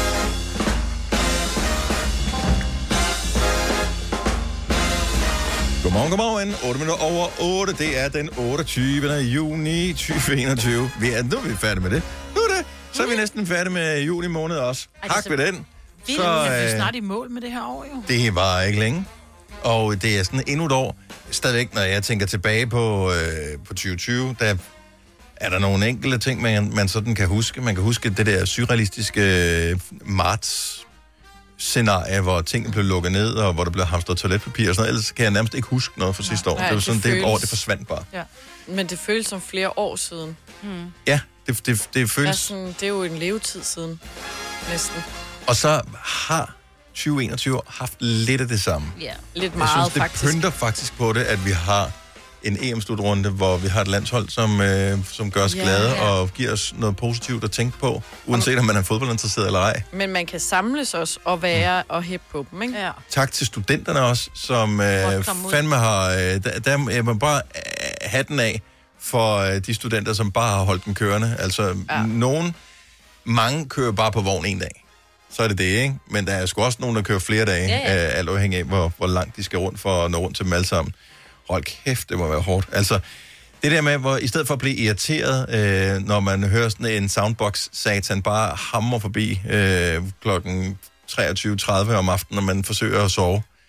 Godmorgen. 8 minutter over 8. Det er den 28. juni 2021. Nu er vi færdige med det. Nu er det. Så er vi næsten færdige med juli måned også. Hak ved den. Vi er snart i mål med det her år, jo. Det var ikke længe. Og det er sådan endnu et år. Stadigvæk, når jeg tænker tilbage på 2020, der er der nogle enkelte ting, man sådan kan huske. Man kan huske det der surrealistiske marts-scenarie, hvor tingene blev lukket ned, og hvor der blev hamstret toiletpapir og sådan noget. Ellers kan jeg nærmest ikke huske noget fra sidste år. Nej, det var sådan, det år, det forsvandt bare. Ja. Men det føles som flere år siden. Ja, det føles... Det er jo en levetid siden, næsten. Og så har 2021 haft lidt af det samme. Ja, lidt meget faktisk. Jeg synes, det pynter faktisk på det, at vi har en EM-slutrunde, hvor vi har et landshold, som gør os glade og giver os noget positivt at tænke på, uanset om man er fodboldinteresseret eller ej. Men man kan samles også og være og hæppe på dem, ikke? Ja. Tak til studenterne også, som fandme har... Der må bare hatten af for de studenter, som bare har holdt den kørende. Altså, mange kører bare på vogn en dag. Så er det det, ikke? Men der er sgu også nogen, der kører flere dage, alt afhængig af, hvor langt de skal rundt for at nå rundt til dem alle sammen. Hold kæft, det må være hårdt. Altså, det der med, hvor i stedet for at blive irriteret, når man hører sådan en soundbox-satan bare hammer forbi klokken 23.30 om aftenen, når man forsøger at sove,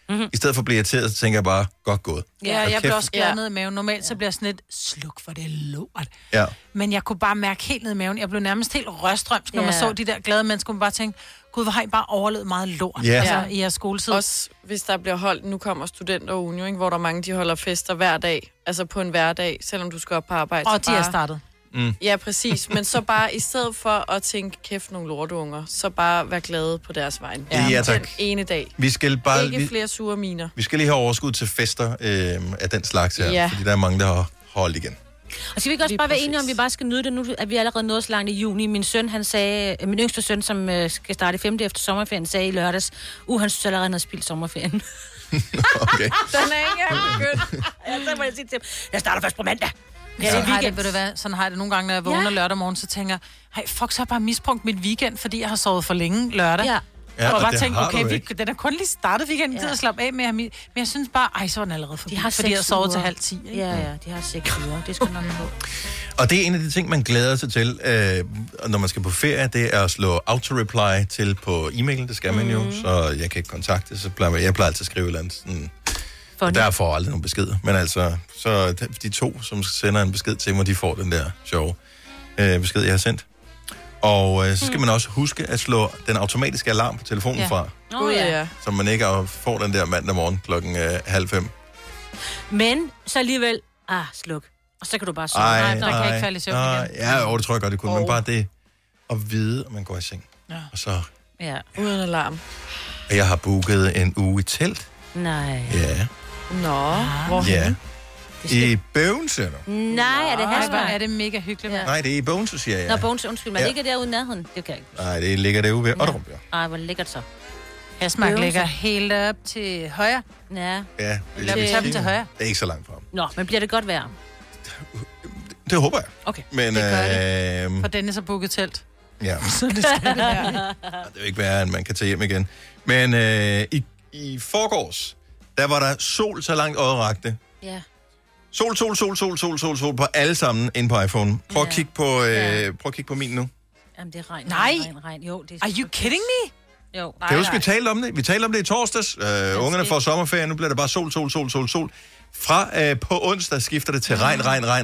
I stedet for at blive irriteret, så tænker jeg bare, godt gået. Ja, jeg bliver også glad ned i maven. Normalt så bliver jeg sådan lidt, sluk for det lort. Ja. Men jeg kunne bare mærke helt ned i maven. Jeg blev nærmest helt rørstrømsk, når man så de der glade mennesker. Man bare tænke, gud, hvor har I bare overlevet meget lort i jeres skoletid. Også hvis der bliver holdt, nu kommer studenterugen jo, ikke, hvor der mange, de holder fester hver dag. Altså på en hverdag, selvom du skal op på arbejde. Og de er startet. Ja, præcis. Men så bare, i stedet for at tænke, kæft nogle lorteunger, så bare være glade på deres vej. Ja, tak. Den ene dag. Vi skal bare ikke flere sure miner. Vi skal lige have overskud til fester af den slags her, fordi der er mange, der har holdt igen. Og skal vi ikke også bare være enige om, at vi bare skal nyde det nu, at vi allerede nået så langt i juni. Min søn, han sagde, min yngste søn, som skal starte i 5. efter sommerferien, sagde i lørdags, han synes allerede, han har spildt sommerferien. Okay. Den er ikke engang begyndt. Så må jeg sige til ham, jeg starter først på mandag. Ja, sådan har jeg det nogle gange, når jeg vågner lørdag morgen, så tænker jeg, hey, fuck, så har jeg bare misbrugt mit weekend, fordi jeg har sovet for længe lørdag. Ja, og bare tænkt, okay, den er kun lige startet weekenden, jeg gider at slappe af med, men jeg synes bare, så er den allerede forbi, fordi jeg har sovet til 9:30. Ja, de har 6 uger, det skal nok på. Og det er en af de ting, man glæder sig til, når man skal på ferie, det er at slå auto-reply til på e-mailen, det skal man jo, så jeg kan ikke kontakte, så plejer jeg altid at skrive et eller andet sådan. Der får aldrig nogen besked. Men altså, så de 2, som sender en besked til mig, de får den der sjove besked, jeg har sendt. Og så skal man også huske at slå den automatiske alarm på telefonen fra. Så man ikke får den der mandag morgen 4:30. Men så alligevel, sluk. Og så kan du bare sove. Nej, der kan ikke falde i søvn igen. Ja, det tror jeg godt, det kunne. Men bare det at vide, at man går i seng. Ja. Og så... Ja, uden alarm. Og jeg har booket en uge i telt. Nej. Ja. Nå, hvorhen? Ja. I Bogense. Nej, er det her? Er det mega hyggeligt? Ja. Nej, det er i Bogense, siger jeg. Nå, Bogense, undskyld. Men ligger derude i nærheden? Det kan jeg ikke. Nej, det ligger derude ved Otterup. Ej, hvor lækkert så. Hasmark ligger helt op til højre. Ja. Ja, det er til højre. Det er ikke så langt fra. Nå, men bliver det godt vejr? Det håber jeg. Okay. Men, det gør det. For Dennis har booket telt. Ja. Så det skal det være. Det er jo ikke værre, end man kan tage hjem igen. Men i forgårs, der var der sol så langt øjet rakte. Ja. Sol på alle sammen inde på iPhone. Prøv at kigge på min nu. Jamen, det er regn. Nej. Regn. Jo, det er Are you kidding me? Jo. Kan du huske, vi talte om det? Vi talte om det i torsdags. Ungerne får sommerferie, nu bliver det bare sol. Fra på onsdag skifter det til regn.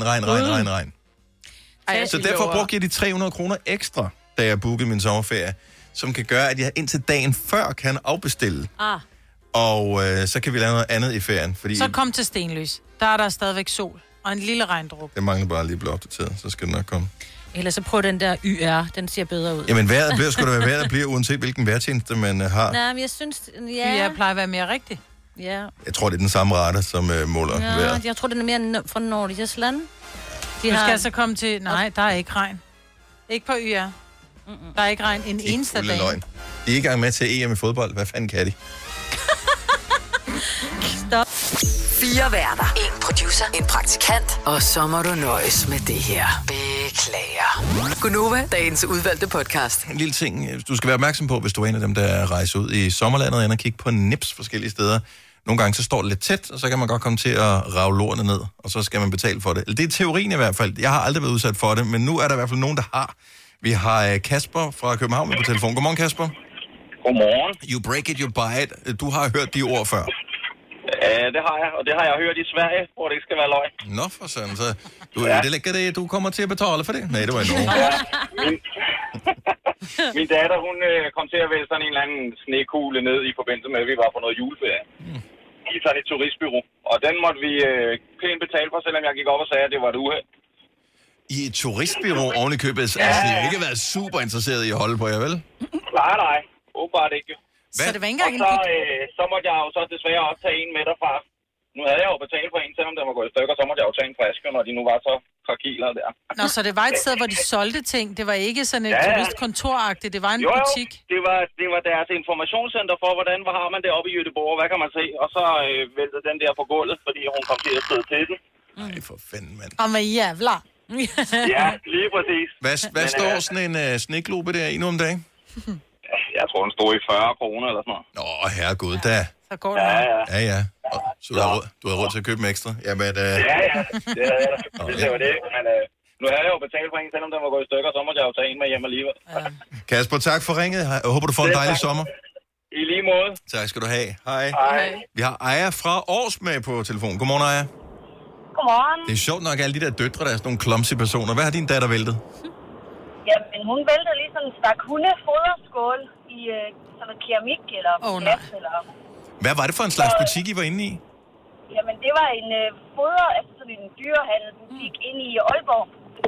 Så derfor brugte jeg de 300 kroner ekstra, da jeg bookede min sommerferie, som kan gøre, at jeg indtil dagen før kan afbestille. Og så kan vi lave noget andet i ferien. Fordi så kom til Stenløs. Der er der stadigvæk sol og en lille regndrup. Det mangler bare lige at blive opdateret, så skal det nok komme. Eller så prøv den der YR, den ser bedre ud. Jamen vejret bliver sgu da være vejret bliver, uanset hvilken vejrtjeneste man har. Nej, men jeg synes, YR plejer at være mere rigtig. Ja. Jeg tror, det er den samme rate, som måler vejret. Jeg tror, det er mere fra Nordisland. Du skal altså komme til... Nej, der er ikke regn. Ikke på YR. Der er ikke regn en eneste dag. Løgn. De er i gang med til EM i fodbold. Hvad fanden kan de? Stop. 4 værter. 1 producer. 1 praktikant. Og så må du nøjes med det her. Beklager. Gunova, dagens udvalgte podcast. En lille ting, du skal være opmærksom på, hvis du er en af dem, der rejser ud i sommerlandet og kigge på Nips forskellige steder. Nogle gange så står det lidt tæt, og så kan man godt komme til at rave lorene ned, og så skal man betale for det. Det er teorien i hvert fald. Jeg har aldrig været udsat for det, men nu er der i hvert fald nogen, der har. Vi har Kasper fra København med på telefon. Godmorgen, Kasper. Godmorgen. You break it, you buy it. Du har hørt de ord før. Det har jeg, og det har jeg hørt i Sverige, hvor det ikke skal være løgn. Nå for sådan, så det ligger det, du kommer til at betale for det? Nej, det var i Norge. Ja, min datter, hun kom til at vælge sådan en eller anden snekugle ned i forbindelse med, at vi var på noget juleferie. I sådan et turistbureau. Og den måtte vi pænt betale for, selvom jeg gik op og sagde, at det var et uheld. I et turistbureau oven i købet? Altså, det har ikke været super interesseret i at holde på jer, vel? Nej. Åbenbart ikke. Så det var ikke engang så måtte jeg jo så desværre også tage en med derfra. Nu havde jeg jo betalt for en, selvom den var gået i stykker, så måtte jeg jo tage en flaske, når de nu var så krakiler der. Nå, så det var et sted, hvor de solgte ting. Det var ikke sådan et turistkontoragtigt, det var en butik. Det var deres informationscenter for, hvordan har man det oppe i Göteborg, hvad kan man se? Og så væltede den der på gulvet, fordi hun kom til at sidde til den. Nej, for fanden, mand. Og med jævler. Ja, lige præcis. Hvad står sådan en sneglobe der i nu om dagen? Jeg tror, den stod i 40 kroner eller sådan noget. Nå, herregud, da. Så går det. Ja. Så du har råd til at købe dem ekstra? Jamen, Ja, det havde jeg da. Det var det. Men nu havde jeg jo betalt for en, selvom den var gået i stykker, så måtte jeg jo tage en med hjem alligevel. Kasper, tak for ringet. Jeg håber, du får en dejlig sommer. I lige måde. Tak skal du have. Hej. Hej. Vi har Aya fra Aars med på telefonen. Godmorgen, Aya. Godmorgen. Det er sjovt nok, alle de der døtre, der er sådan nogle clumsy personer. Hvad har din datter væltet? Jamen, hun væltede lige sådan en stak hundefoderskål i sådan noget keramik eller glas. Eller... Hvad var det for en slags butik, I var inde i? Jamen, det var en foder, altså sådan en dyrehandelsbutik inde i Aalborg.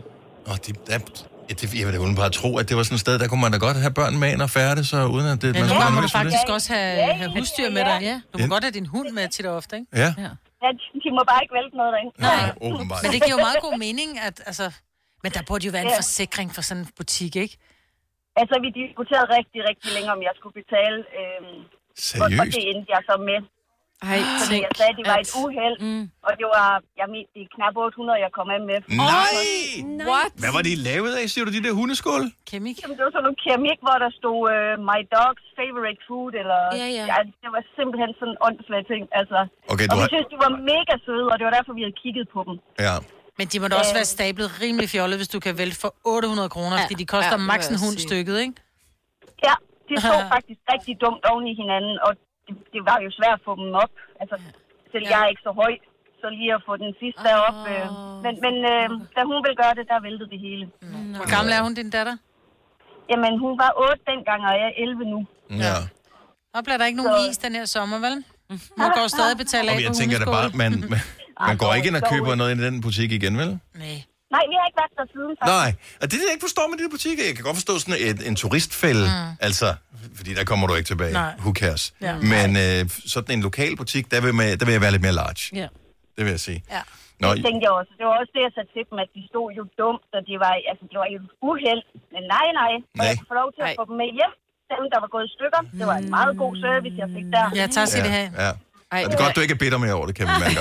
Jeg vil da bare tro, at det var sådan et sted, der kunne man da godt have børn med ind og færdes, så uden at det... Men nogle gange må du faktisk også have husdyr med dig. Ja. Du må godt have din hund med tit og ofte, ikke? Ja. Ja, de må bare ikke vælte noget derinde. Åbenbart. Men det giver jo meget god mening, at altså... Men der burde jo være en forsikring for sådan en butik, ikke? Altså, vi diskuterede rigtig, rigtig længe, om jeg skulle betale. Seriøst? Og det endte jeg så med. Ej, så jeg sagde, at det var et uheld. Og det var, jeg mente, det er knap 800, jeg kom af med. Nej! What? Hvad var de lavet af, siger du, de der hundeskål? Keramik? Jamen, det var sådan nogle keramik, hvor der stod my dog's favorite food, eller... Ja, det var simpelthen sådan en åndssvag ting, altså. Okay, og vi synes, de var mega søde, og det var derfor, vi havde kigget på dem. Ja. Men de må da også være stablet rimelig fjollet, hvis du kan vælte for 800 kroner, fordi de koster maks en hund stykket, ikke? Ja, de stod faktisk rigtig dumt oven i hinanden, og det var jo svært at få dem op. Altså, selv jeg er ikke så høj, så lige at få den sidste derop. Men da hun ville gøre det, der væltede det hele. Hvor gammel er hun, din datter? Jamen, hun var 8 dengang, og jeg er 11 nu. Ja. Og bliver der ikke nogen is den her sommer, vel? Hun går stadig betale af på jeg tænker da bare, man går ikke ind og køber noget i den butik igen, vel? Nej, vi har ikke været der siden. Faktisk. Nej, og det er det, jeg ikke forstår med de butikker. Jeg kan godt forstå sådan en turistfælde, altså, fordi der kommer du ikke tilbage. Nej. Who cares? Ja. Men sådan en lokal butik, der vil jeg være lidt mere large. Ja. Det vil jeg sige. Ja. Det tænkte jeg også. Det var også det, jeg sagde til dem, at de stod jo dumt, og det var jo uheld. Men nej. Og jeg kunne få lov til at få dem med hjem. Dem, der var gået i stykker. Det var en meget god service, jeg fik der. Ja, tak skal det have. Ja. Og det er godt, du ikke er bitter med over det, kan vi mærke.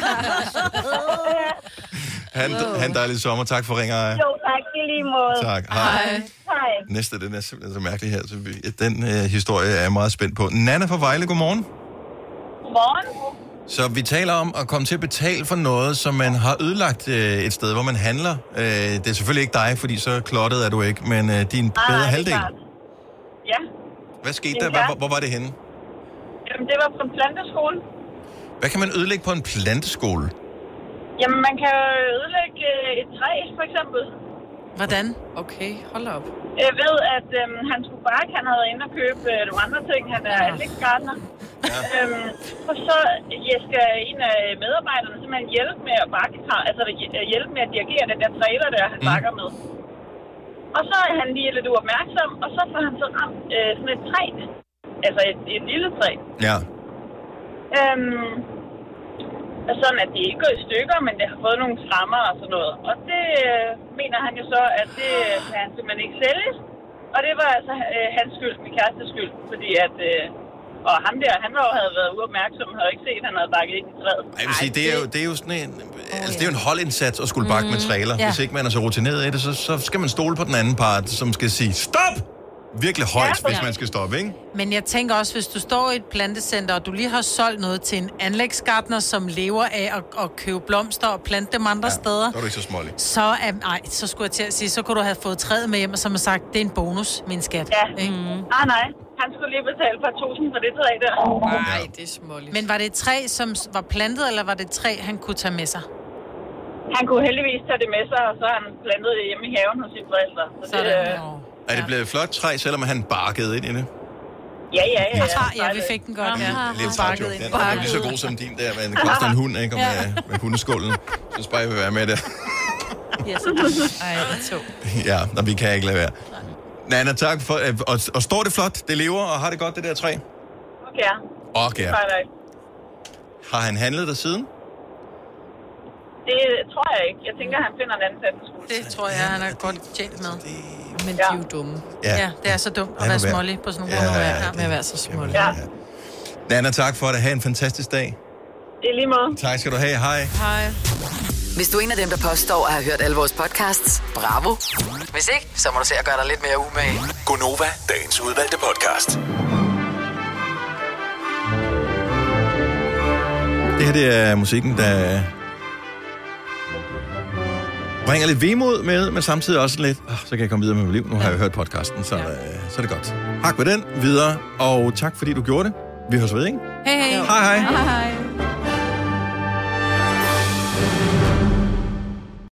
Ha' en dejlig sommer. Tak for ringer. Jo, tak. I lige måde. Tak. Hej. Hej. Næste, den er simpelthen så mærkelig her. Så den historie er jeg meget spændt på. Nanna fra Vejle, godmorgen. Godmorgen. Så vi taler om at komme til at betale for noget, som man har ødelagt et sted, hvor man handler. Det er selvfølgelig ikke dig, fordi så klottet er du ikke, men din bedre halvdel. Ja. Hvad skete der? Hvor var det henne? Jamen, det var på en planteskole. Hvad kan man ødelægge på en planteskole? Jamen, man kan ødelægge et træ, for eksempel. Hvordan? Okay, hold op. Jeg ved, at han skulle bakke, han havde inde og købe nogle andre ting. Han er anlægsgartner. Ja. Og så skal en af medarbejderne simpelthen hjælpe med at bakke, altså hjælpe med at dirigere den der trailer, der han bakker med. Og så er han lige lidt uopmærksom, og så får han så ramt sådan et træ. Altså et lille træ. Ja. Sådan, at det ikke går i stykker, men det har fået nogle flammer og sådan noget. Og det mener han jo så, at det kan han simpelthen ikke sælges. Og det var altså hans skyld, min kærestes skyld, fordi at... og ham der, han havde været uopmærksom, havde ikke set, at han havde bakket ind i træet. Jeg vil sige, det er jo sådan en... Altså, det er jo en holdindsats at skulle bakke med trailer. Ja. Hvis ikke man er så rutineret i det, så skal man stole på den anden part, som skal sige, stop! Virkelig højt, hvis man skal stoppe, ikke? Men jeg tænker også, hvis du står i et plantecenter, og du lige har solgt noget til en anlægsgartner, som lever af at købe blomster og plante dem andre steder. Så er du ikke så smålig. Så skulle jeg til at sige, så kunne du have fået træet med hjem, og som har sagt, det er en bonus, min skat. Ja. Nej. Han skulle lige betale for 1.000 for det træ der. Nej, det er småligt. Men var det et træ, som var plantet, eller var det et træ, han kunne tage med sig? Han kunne heldigvis tage det med sig, og så har han plantet det hjemme i haven hos sine forældre. Så det, er det blevet et flot træ, selvom han barkede ind i det? Ja, vi fik den godt. Lidt barket ind. Den er lige så god som din der, men det koster en hund, ikke? Med hundeskålen. Så spørger jeg vil være med der. Ja, og vi kan ikke lade være. Nanna, tak for... Og står det flot? Det lever, og har det godt, det der træ? Okay. Har han handlet der siden? Det tror jeg ikke. Jeg tænker, han finder en anden planteskole. Det tror jeg, han er godt tjent med. Men de er jo dumme. Ja, det er så dumt at være smålig på sådan nogle grunde. Med at være så smålig. Ja. Nanna, tak for det. Ha' en fantastisk dag. I lige måde. Tak skal du have. Hej. Hej. Hvis du er en af dem, der påstår at have hørt alle vores podcasts, bravo. Hvis ikke, så må du se at gøre dig lidt mere umage. Gonova, dagens udvalgte podcast. Det her, det er musikken, der bringer lidt vemod med, men samtidig også lidt, så kan jeg komme videre med mit liv. Nu har jeg hørt podcasten, så er det godt. Hak med den videre, og tak fordi du gjorde det. Vi høres ved, ikke? Hej hej. Hej hej. Hej hej.